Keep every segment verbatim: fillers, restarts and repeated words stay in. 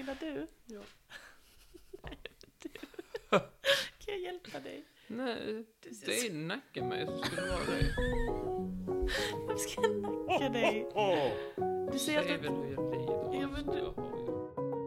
Snälla du. Ja. Nej, du. Kan jag hjälpa dig? Nej, det är nacka mig så ska det vara det. Varför ska jag nacka dig? Du säger Säg att väl hur jag lider. Ja, men du- Jag har ju...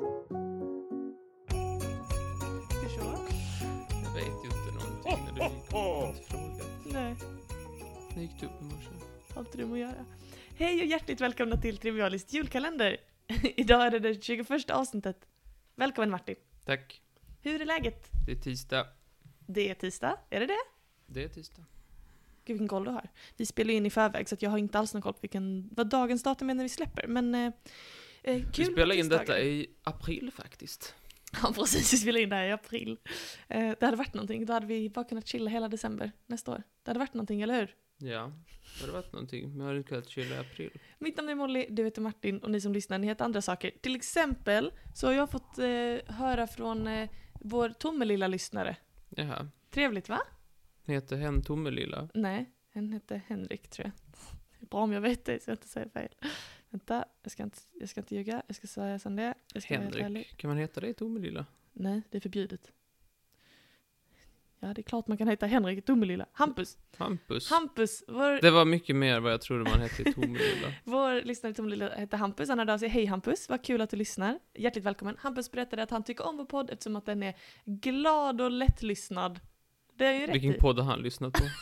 Förstår? Jag vet ju inte någonting när du gick upp och frågade. Nej, När gick du upp i morse? har inte du med att göra. Hej och hjärtligt välkomna till Trivialist julkalender. Idag är det det tjugoförsta avsnittet. Välkommen Martin. Tack. Hur är läget? Det är tisdag. Det är tisdag, är det det? Det är tisdag. Gud vilken koll du har. Vi spelar in i förväg så att jag har inte alls någon koll på vilken, vad dagens datum är när vi släpper. Men eh, eh, kul. Vi spelar in tisdagar. detta i april faktiskt. Ja precis, vi spelar in det här i april. Eh, det hade varit någonting, då hade vi bara kunnat chilla hela december nästa år. Det hade varit någonting, eller hur? Ja, det har varit någonting. Men jag hade inte kunnat chilla i april. Mitt namn är Molly, du heter Martin och ni som lyssnar, ni heter andra saker. Till exempel så har jag fått eh, höra från eh, vår Tommelilla lyssnare. Jaha. Trevligt va? Heter hen Tommelilla? Nej, han heter Henrik tror jag. Det är bra om jag vet det så jag inte säger fel. Vänta, jag ska inte, jag ska inte ljuga. Jag ska säga som det. Jag ska vara helt ärlig. Henrik. Kan man heta det Tommelilla? Nej, det är förbjudet. Ja, det är klart man kan heta Henrik Tommelilla. Hampus. Hampus. Hampus. Vår, Det var mycket mer vad jag trodde man hette i Tommelilla. vår lyssnare Tommelilla heter Hampus. Han hade av sig, hej Hampus, vad kul att du lyssnar. Hjärtligt välkommen. Hampus berättade att han tycker om vår podd eftersom att den är glad och lättlyssnad. Det är ju rätt Vilken i. podd har han lyssnat på?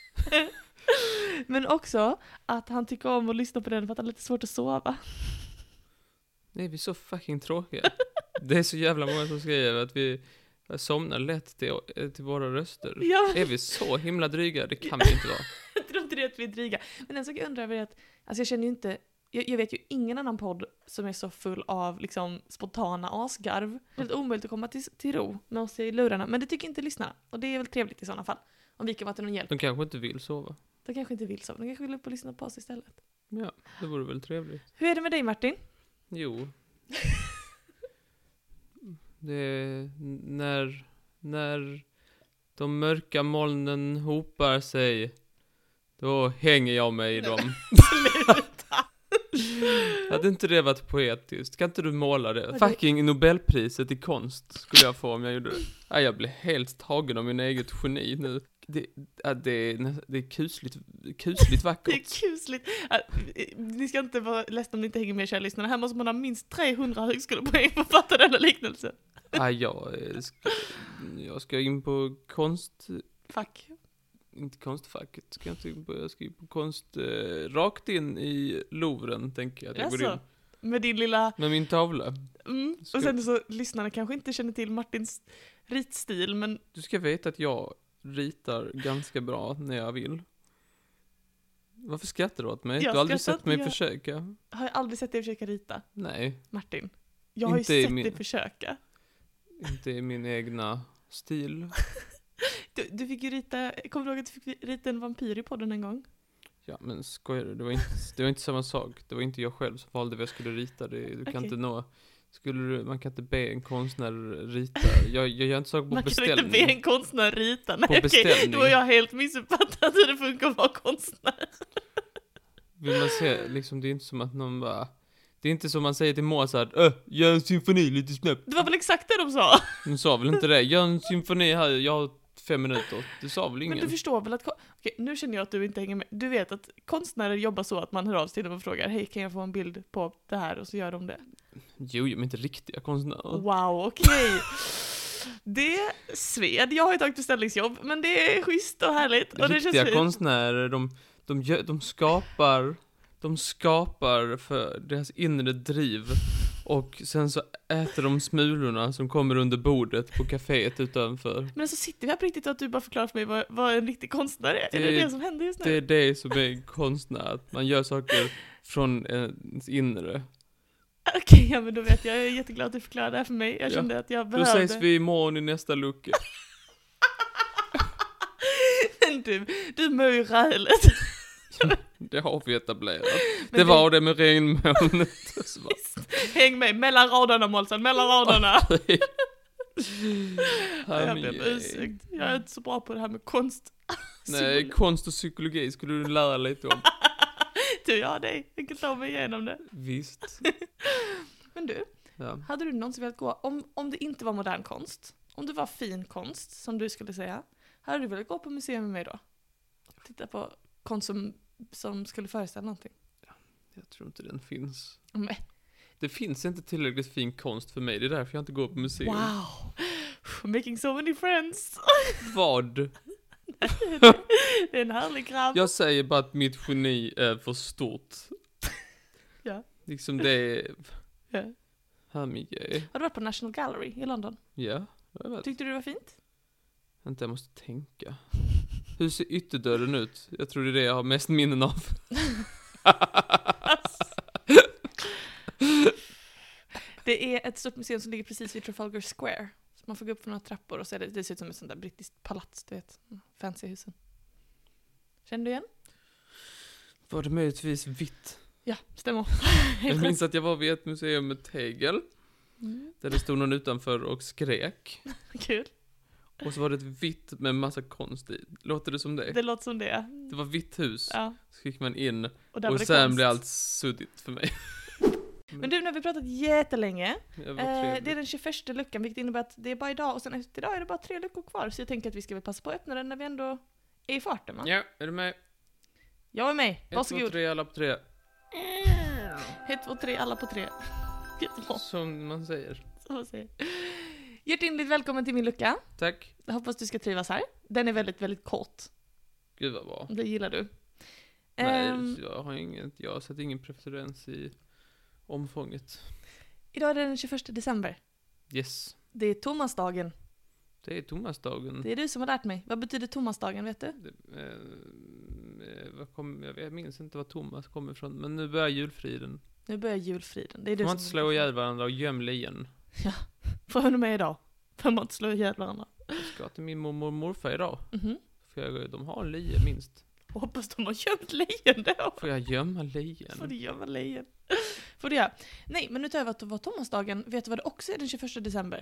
Men också att han tycker om att lyssna på den för att han har lite svårt att sova. Nej, vi är så fucking tråkiga. Det är så jävla många som skriver att vi somnar lätt till, till våra röster. Ja. Är vi så himla dryga? Det kan vi inte vara. Jag tror inte det att vi är dryga. Men en sak jag undrar över är att, alltså jag känner ju inte, jag, jag vet ju ingen annan podd som är så full av liksom spontana asgarv. Det är helt omöjligt att komma till, till ro med oss i lurarna. Men det tycker inte lyssnarna. Och det är väl trevligt i sådana fall. Om vi kan vara till någon hjälp. De kanske inte vill sova. De kanske inte vill sova. De kanske vill upp och lyssna på oss istället. Ja, det vore väl trevligt. Hur är det med dig Martin? Jo. Det är när, när de mörka molnen hopar sig, då hänger jag mig i dem. Sluta! Hade inte det varit poetiskt? Kan inte du måla det? det- Fucking Nobelpriset i konst skulle jag få om jag gjorde det. Ja, jag blev helt tagen av min eget geni nu. Det, ja, det, är, det är kusligt, kusligt Det vackert. är kusligt. Äh, Ni ska inte vara ledsna om ni inte hänger med, kära lyssnare. Här måste man ha minst trehundra högskolepoäng för att fatta denna liknelse. Ja, jag, ska, jag ska in på konst... Fuck. Inte konstfacket, ska jag inte in på, jag ska in på konst... Eh, rakt in i Louvren, tänker jag att jag går in. Alltså, med din lilla... Med min tavla. Mm. Ska- Och sen så, lyssnarna kanske inte känner till Martins ritstil, men Du ska veta att jag ritar ganska bra när jag vill. Varför skrattar du åt mig? Jag Du har aldrig skrattar sett mig inte, jag- försöka. har jag aldrig sett dig försöka rita, Nej, Martin. Jag har Inte ju i sett min- dig försöka. inte i min egna stil. Du, du fick ju rita, kommer du ihåg att du fick rita en vampyr i podden en gång? Ja, men skojar du? Det var inte, det var inte samma sak. Det var inte jag själv som valde vad jag skulle rita. Det, du kan Okej. inte nå... Skulle du, man kan inte be en konstnär rita. Jag, jag gör inte saker på Man kan beställning. inte be en konstnär rita. Nej, På okej, beställning. då har jag helt missuppfattat hur det funkar att vara konstnär. Vill man se, liksom, det är inte som att någon bara... Det är inte som man säger till Mozart, öh, gör en symfoni lite snabbt. Det var väl exakt det de sa? De sa väl inte det, gör en symfoni här, jag har fem minuter. Det sa väl Men ingen. du förstår väl att... ko- Okej, nu känner jag att du inte hänger med. Du vet att konstnärer jobbar så att man hör av sig till dem och frågar, hej, kan jag få en bild på det här? Och så gör de det. Jo, men inte riktiga konstnärer. Wow, okej. Det sved. Jag har ju tagit beställningsjobb, men det är schysst och härligt. Och det känns Riktiga fint. konstnärer, de, de, gör, de skapar de skapar för deras inre driv och sen så äter de smulorna som kommer under bordet på kaféet utanför. Men så sitter vi här på riktigt och att du bara förklarar för mig vad, vad en riktig konstnär är. Det- är det det som händer just nu? Det är det som är konstnär, att man gör saker från ens inre. Okej, ja men då vet jag. Jag är jätteglad att du förklarade det här för mig. Jag Ja. kände att jag Då behövde... ses vi imorgon i nästa lucka. Men du, du mör ju rälet. Det har vi etablerat. Men Det var det med regnmolnet. Så bara, Häng med, mellan raderna Målsson, mellan raderna. Ja, Jag men ber om jej. ursäkt. Jag är inte så bra på det här med konst. Nej, konst och psykologi skulle du lära lite om. Du, ja dig. Jag kan ta mig igenom det. Visst. Men du, Ja. Hade du någonsin velat gå, om, om det inte var modern konst, om det var fin konst, som du skulle säga, hade du velat gå på museum med mig då? Titta på konst som, som skulle föreställa någonting. Jag tror inte den finns. Men, Det finns inte tillräckligt fin konst för mig. Det är därför jag inte går på museum. wow! Making so many friends! Vad? Det är en härlig grabb. Jag säger bara att mitt geni är för stort. Ja. Liksom det är... Ja. Här mycket är... Har du varit på National Gallery i London? Ja, jag vet. Tyckte du det var fint? Inte, jag måste tänka. Hur ser ytterdörren ut? Jag tror det är det jag har mest minnen av. Det är ett stort museum som ligger precis vid Trafalgar Square. Så man får gå upp för några trappor och så är det, det ser ut som ett sånt där brittiskt palats, du vet. Fancy husen. Känner du igen? Var det möjligtvis vitt? Ja, stämmer. Jag minns att jag var vid ett museum med tegel. Mm. Där det stod någon utanför och skrek. Kul. Och så var det ett vitt med massa konst i. Låter det som det? Det låter som det. Det var vitt hus. Ja. Så gick man in. Och, där var Och det sen konst. blev allt suddigt för mig. Men du, nu har vi pratat jättelänge. Det var Eh, trevligt. det är den tjugoförsta luckan, vilket innebär att det är bara idag och sen efter idag är det bara tre luckor kvar. Så jag tänker att vi ska väl passa på att öppna den när vi ändå är i farten, va? Ja, är du med? Jag är med. Ett, två, Varsågod. tre, alla på tre. Ett, två, tre, alla på tre. Jättebra. Som man säger. Så man säger. Hjärtinligt välkommen till min lucka. Tack. Jag hoppas du ska trivas här. Den är väldigt, väldigt kort. Gud vad bra. Det gillar du. Nej, Ehm, jag har inget, jag har sett ingen preferens i omfånget. idag är det den tjugoförsta december. Yes. Det är Thomasdagen. Det är Thomasdagen. Det är du som har lärt mig. Vad betyder Thomasdagen, vet du? Det, eh, eh, vad kom, jag, jag minns inte vad Thomas kommer ifrån, men nu börjar julfriden. Nu börjar julfriden. Det är Får du man som inte slå ihjäl varandra och göm lien. Får hon med idag? Får man inte slå ihjäl varandra? Jag ska till min mormor och morfar idag. Mhm. För jag, de har lie minst. Hoppas de har gömt lejon då. Får jag gömma Får lien? du gömma lejon? Får du göra? Nej, men utöver att det var Thomasdagen, vet du vad det också är den tjugoförsta december?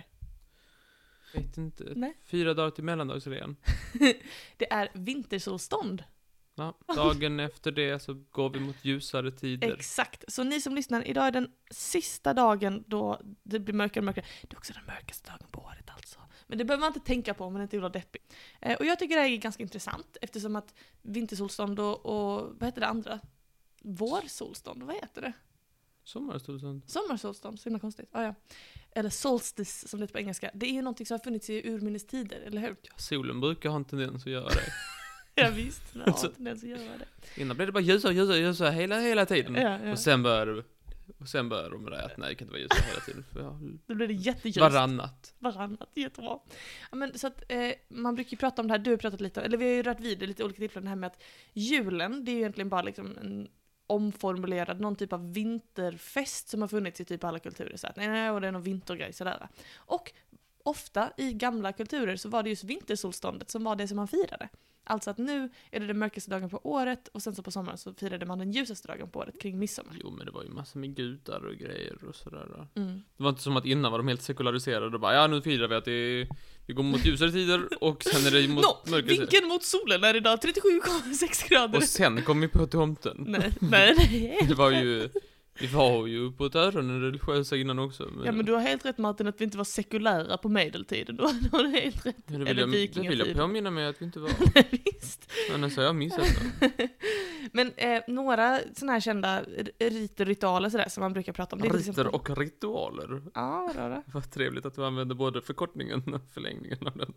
Vet inte. Nej. Fyra dagar till mellandagsrean. Det är vintersolstånd. Ja, dagen efter det så går vi mot ljusare tider. Exakt. Så ni som lyssnar, idag är den sista dagen då det blir mörkare och mörkare. Det är också den mörkaste dagen på året alltså. Men det behöver man inte tänka på om man inte vill vara deppig. Eh, och jag tycker det här är ganska intressant eftersom att vintersolstånd och, och vad heter det andra? Vårsolstånd, vad heter det? Sommarsolstånd. Sommarsolstånd, så himla konstigt. Ah, ja. Eller solstice som det heter på engelska. Det är ju någonting som har funnits i urminnes tider, eller hur? Ja, solen brukar ha en tendens att göra det. Ja visst, den har tendens att göra det. Innan blev det bara ljusare, ljusare, ljusare hela, hela tiden. Ja, ja. Och sen började och sen började de med det att nej, det kan inte vara ljusare hela tiden. För jag, Då blir det jätteljust. varannat. Varannat, jättebra. Ja, men, så att, eh, man brukar ju prata om det här, du har pratat lite, eller vi har ju rört vid det lite olika tillfällen, det här med att julen, det är ju egentligen bara liksom en omformulerad, någon typ av vinterfest som har funnits i typ alla kulturer. Så att, nej, nej, och det är någon vintergrej sådär. Och ofta i gamla kulturer så var det just vintersolståndet som var det som man firade. Alltså att nu är det den mörkaste dagen på året och sen så på sommaren så firade man den ljusaste dagen på året kring midsommar. Jo, men det var ju massor med gudar och grejer och sådär. Mm. Det var inte som att innan var de helt sekulariserade och bara, ja nu firar vi att det är, vi går mot ljusare tider och sen är det mot Nå, mörkare tider. vinkeln mot solen är idag trettiosju komma sex grader. Och sen kom vi på tomten. Nej, nej, nej. Det var ju, vi var ju på ett öronen religiösa innan också. Men, Ja, men du har helt rätt, Martin, att vi inte var sekulära på medeltiden. Du har du helt rätt. men det vill Eller jag, det vill jag vikingatiden. påminna mig att vi inte var. Visst. Annars har jag missat det. Men eh, några sådana här kända r- riter, ritualer sådär som man brukar prata om. Det är till Riter exempel- och ritualer. Ja, vadå då? Vad trevligt att du använder både förkortningen och förlängningen av den.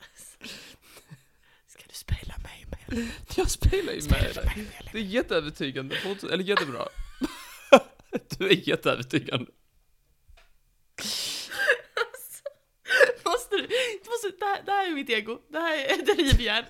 Ska du spela mig med? Jag spelar ju med Spela dig. mig med. Det är jätteövertygande. Fortsätt- Eller jättebra. Du är jätteövertygande. Måste du, du måste, det, här, det här är mitt ego. Det här är ett rivjärn.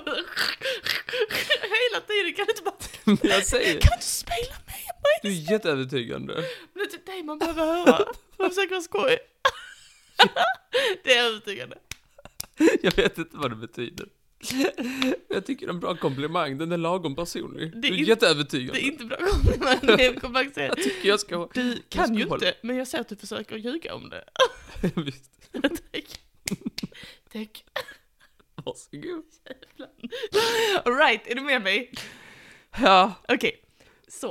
Hela tiden kan du inte bara... Jag säger, Kan du inte spela mig? du är jätteövertygande. Men det är typ dig man behöver höra. Man försöker vara skoj. Det är övertygande. Jag vet inte vad det betyder. Jag tycker det är en bra komplimang. Den är lagom personlig. Det är Du är inte- jätteövertygande. Det är inte bra komplimang. Jag kommer bara säga. Jag tycker jag ska... Du kan ska ju hålla- inte, men jag ser att du försöker ljuga om det. Visst. Tack. Tack. Varsågod. All right, är du med mig? Ja. Okej, så.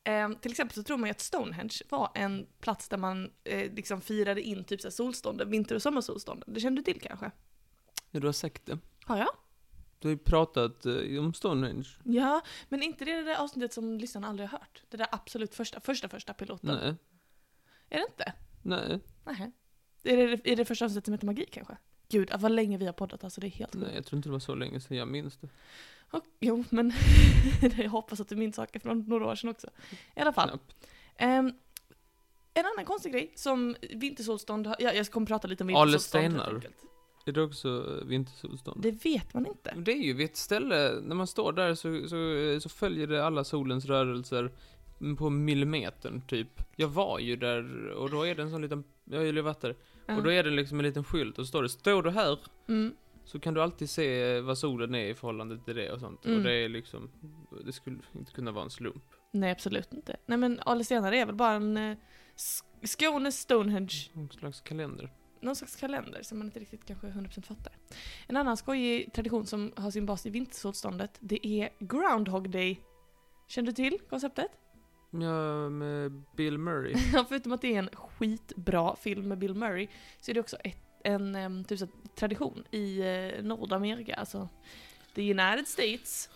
Eh, till exempel så tror man ju att Stonehenge var en plats där man eh, liksom firade in typ så här solstånden, vinter- och sommarsolstånden. Det kände du till kanske? Ja, du har sagt det. Har jag? Du har ju pratat eh, om Stonehenge. Ja, men inte det där avsnittet som lyssnarna aldrig har hört. Det där absolut första, första, första piloten. Nej. Är det inte? Nej. Nej. Är det, är det första avsnittet som heter Magi kanske? Gud, vad länge vi har poddat, alltså det är helt Nej, sjukt. jag tror inte det var så länge sedan jag minns det. Och, jo, men jag hoppas att du minns saker från några år sedan också. I alla fall. Um, en annan konstig grej som vintersolstånd, har- ja, jag kommer prata lite om Ale vintersolstånd. helt stenar. enkelt. Är det också vintersolstånd? Det vet man inte. Det är ju vid ett ställe, när man står där så, så, så följer det alla solens rörelser på millimetern typ. Jag var ju där och då är det en sån liten, jag har ju varit där. Ja. Och då är det liksom en liten skylt och så står det, står du här Mm. så kan du alltid se vad solen är i förhållande till det och sånt. Mm. Och det är liksom, det skulle inte kunna vara en slump. Nej, absolut inte. Nej, men Ale stenar är väl bara en eh, Sk- Skånes Stonehenge. Någon slags kalender. Någon slags kalender som man inte riktigt kanske hundra procent fattar. En annan skojig tradition som har sin bas i vintersolståndet, det är Groundhog Day. Känner du till konceptet? Ja, med Bill Murray. Ja, förutom att det är en skitbra film med Bill Murray så är det också ett, en um, typ så tradition i uh, Nordamerika, alltså the United States.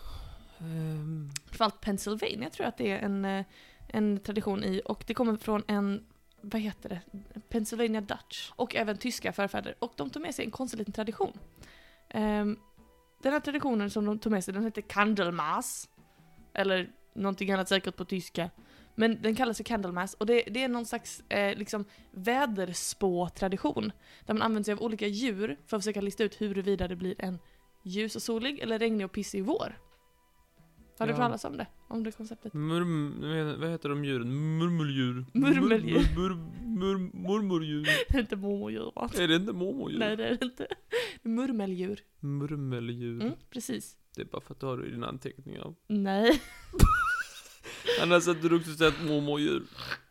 um, Framförallt Pennsylvania tror jag att det är en, uh, en tradition i, och det kommer från en, vad heter det? Pennsylvania Dutch. Och även tyska förfäder. Och de tog med sig en konstig liten tradition. Um, den här traditionen som de tog med sig, den heter Candlemas. Eller någonting annat säkert på tyska. Men den kallas för Candlemas. Och det, det är någon slags eh, liksom väderspå-tradition. Där man använder sig av olika djur för att försöka lista ut huruvida det blir en ljus och solig eller regnig och pissig vår. Har du Ja. hört talas om det? Om det konceptet? Murm, vad heter de djuren? Murmeldjur. Murmeldjur. Mur, mur, mur, murmeldjur. Det är inte mormordjur, va? Är det inte mormordjur? Nej, det är det inte. Det är murmeldjur. Murmeldjur. Mm, precis. Det är bara för att du har det i dina anteckningar. Nej. Annars hade du också sett mormordjur.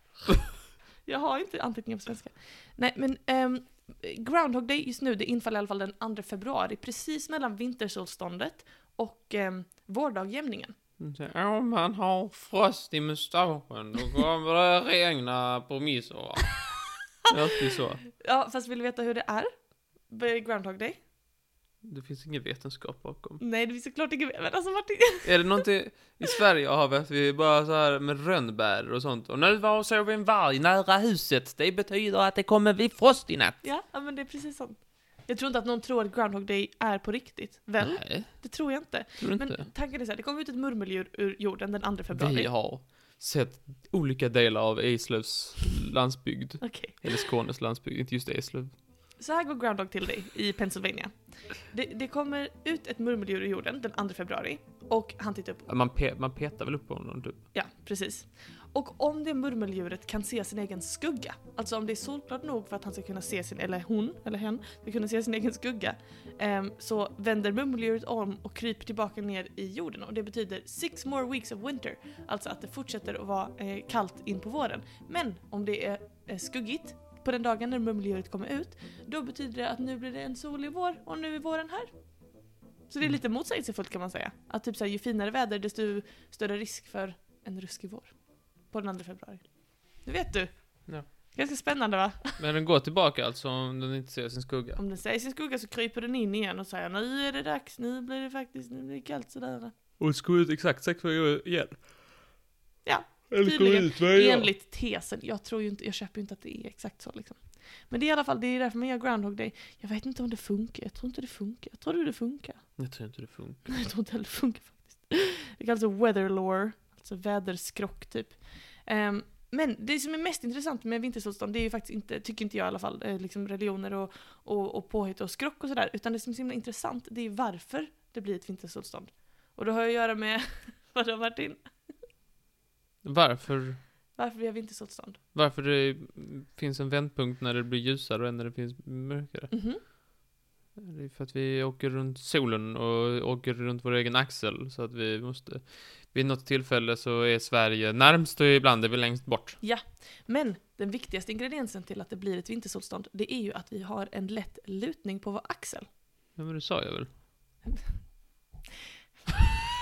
Jag har inte anteckningar på svenska. Nej, men um, Groundhog Day just nu, det infaller i alla fall den andra februari. Precis mellan vintersolståndet och um, vårdagjämningen. Om man har frost i mustaschen, då kommer det regna på midsommar. Det är alltid så. Ja, fast vill du veta hur det är? Groundhog Day? Det finns ingen vetenskap bakom. Nej, det finns såklart inte. Men alltså, Martin... Är det någonting i Sverige har vi att vi bara så här med rönnbär och sånt. Och nu var så vi en varg nära huset. Det betyder att det kommer bli frost i natt. Ja, ja, men det är precis sånt. Jag tror inte att någon tror att Groundhog Day är på riktigt. Väl? Nej, Det tror jag inte. tror du inte? Men tanken är så här, det kommer ut ett murmeldjur ur jorden den andra februari. Vi har sett olika delar av Eslövs landsbygd. Okej. Eller Skånes landsbygd, inte just Eslöv. Så här går Groundhog till dig i Pennsylvania. Det, det kommer ut ett murmeldjur ur jorden den andra februari. Och han tittar upp. Man, pe- man petar väl upp på honom typ. Ja, precis. Och om det murmeldjuret kan se sin egen skugga, alltså om det är solklart nog för att han ska kunna se sin, eller hon, eller hen, ska kunna se sin egen skugga, um, så vänder murmeldjuret om och kryper tillbaka ner i jorden. Och det betyder six more weeks of winter, alltså att det fortsätter att vara eh, kallt in på våren. Men om det är eh, skuggigt på den dagen när murmeldjuret kommer ut, då betyder det att nu blir det en solig vår och nu är våren här. Så det är lite motsägelsefullt kan man säga. Att typ så här, ju finare väder desto större risk för en ruskig vår. På den andra februari. Det vet du. Ja. Ganska spännande, va? Men den går tillbaka alltså om den inte ser sin skugga. Om den säger sin skugga så kryper den in igen och säger nu är det dags, nu blir det faktiskt, nu blir det kallt sådär. Och det ska ut exakt sex år igen. Ja, Eller ska tydligen. ut varje dag. Enligt tesen. Jag tror ju inte, jag köper ju inte att det är exakt så liksom. Men det är i alla fall, det är därför man gör Groundhog Day. Jag vet inte om det funkar, jag tror inte det funkar. Jag tror det funkar. Jag tror inte det funkar. Jag tror inte heller det funkar faktiskt. Det kallas weather lore, alltså väderskrock typ. Um, men det som är mest intressant med vintersolstånd, det är ju faktiskt inte, tycker inte jag i alla fall, eh, liksom religioner och, och, och påhitt och skrock och sådär. Utan det som är så himla intressant, det är varför det blir ett vintersolstånd. Och det har att göra med, vad det har varit in. Varför? Varför vi har vintersolstånd. Varför det finns en vändpunkt när det blir ljusare och en när det finns mörkare? Mhm. Det är för att vi åker runt solen och åker runt vår egen axel. Så att vi måste... Vid något tillfälle så är Sverige närmst och ibland är vi längst bort. Ja, men den viktigaste ingrediensen till att det blir ett vintersolstånd, det är ju att vi har en lätt lutning på vår axel. Ja, men det sa jag väl?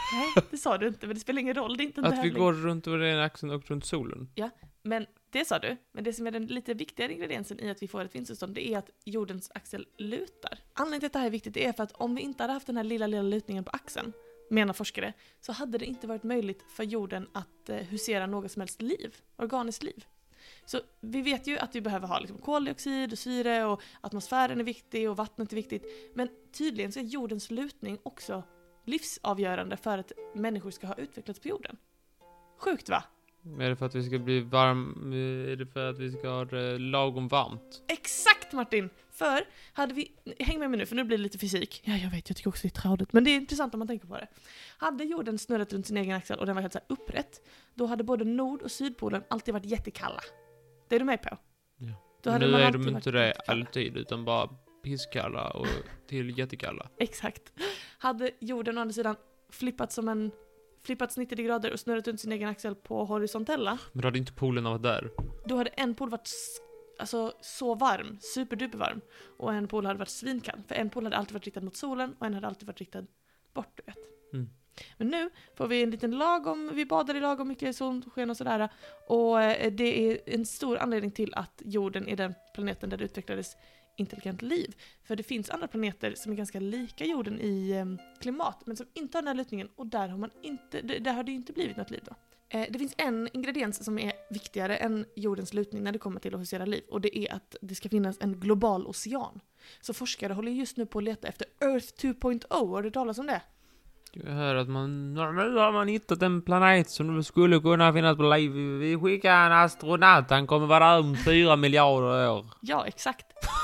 Nej, det sa du inte, men det spelar ingen roll. Det är inte en Att vi tävling. går runt vår ena axeln och runt solen. Men det sa du. Men det som är den lite viktigare ingrediensen i att vi får ett vindstillstånd, det är att jordens axel lutar. Anledningen till att det här är viktigt är för att om vi inte hade haft den här lilla, lilla lutningen på axeln, menar forskare, så hade det inte varit möjligt för jorden att eh, husera något som helst liv, organiskt liv. Så vi vet ju att vi behöver ha liksom, koldioxid och syre och atmosfären är viktig och vattnet är viktigt. Men tydligen så är jordens lutning också livsavgörande för att människor ska ha utvecklats på jorden. Sjukt va? Är det för att vi ska bli varm? Är det för att vi ska ha det lagom varmt? Exakt Martin! För hade vi, häng med mig nu för nu blir det lite fysik. Ja jag vet, jag tycker också det är trådigt. Men det är intressant om man tänker på det. Hade jorden snurrat runt sin egen axel och den var helt så här upprätt, då hade både nord- och sydpolen alltid varit jättekalla. Det är du med på? Ja. Då hade Nu man är alltid de varit inte det jättekalla. alltid, utan bara pisskalla och till jättekalla. Exakt. Hade jorden å andra sidan flippat som en flippats nittio grader och snurrat runt sin egen axel på horisontella, Men då hade inte polerna varit där. då hade en pol varit s- alltså, så varm, superduper varm, och en pol hade varit svinkall. För en pol hade alltid varit riktad mot solen och en hade alltid varit riktad bort, du vet. Mm. Men nu får vi en liten lagom, vi badar i lagom mycket solsken och sådär, och eh, det är en stor anledning till att jorden är den planeten där det utvecklades intelligent liv. För det finns andra planeter som är ganska lika jorden i eh, klimat, men som inte har den här lutningen, och där har man inte, d- där har det inte blivit något liv då. Eh, det finns en ingrediens som är viktigare än jordens lutning när det kommer till att husera liv, och det är att det ska finnas en global ocean. Så forskare håller just nu på att leta efter Earth två punkt noll, har du talat om det? Jag hör att man, nu har man hittat en planet som det skulle kunna finnas på liv. Vi skickar en astronaut, han kommer vara där om fyra miljarder år. Ja, exakt.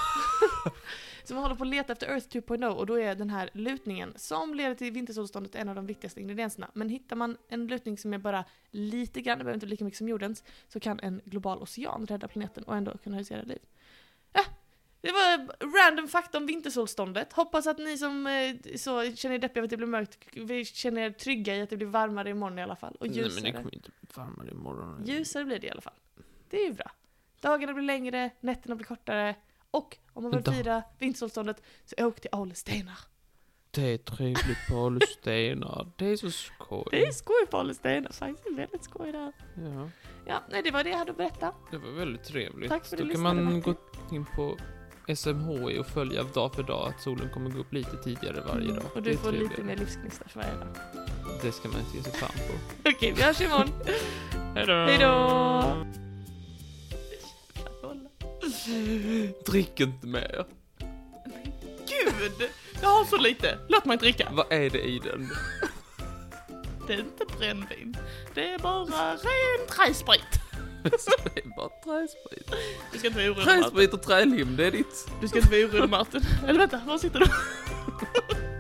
Så man håller på att leta efter Earth två punkt noll, och då är den här lutningen som leder till vintersolståndet en av de viktigaste ingredienserna. Men hittar man en lutning som är bara lite grann, det behöver inte lika mycket som jordens, så kan en global ocean rädda planeten och ändå kunna husera liv. Ja, det var random fakta om vintersolståndet. Hoppas att ni som eh, så känner er deppiga över att det blir mörkt, vi känner er trygga i att det blir varmare imorgon i alla fall. Och ljusare. Nej, men det kommer inte bli varmare imorgon. Ljusare blir det i alla fall. Det är ju bra. Dagarna blir längre, nätterna blir kortare. Och om man vill Dag- fira vintersolståndet så åk till Alestenar. Det är trevligt på Alestenar. Det är så skoj. Det är skoj på Alestenar faktiskt. Det är väldigt skoj där. Ja, Ja, nej, det var det jag hade att berätta. det var väldigt trevligt. Tack för att Då du kan lyssnade, man Martin. gå in på S M H I och följa dag för dag att solen kommer gå upp lite tidigare varje dag. Och Det du är får lite trevligare. mer livsgnista för varje dag. Det ska man inte ge sig fan på. Okej, vi hörs imorgon. Hej då! Hej då! Drick inte mer. Gud! Jag har så lite. Låt mig dricka. Vad är det i den? Det är inte brännvin. Det är bara ren träsprit. Det är bara träsprit. Du ska inte vara orolig, Martin. Träsprit och trälim, det är ditt. Du ska inte vara orolig, Martin. Eller vänta, var sitter du?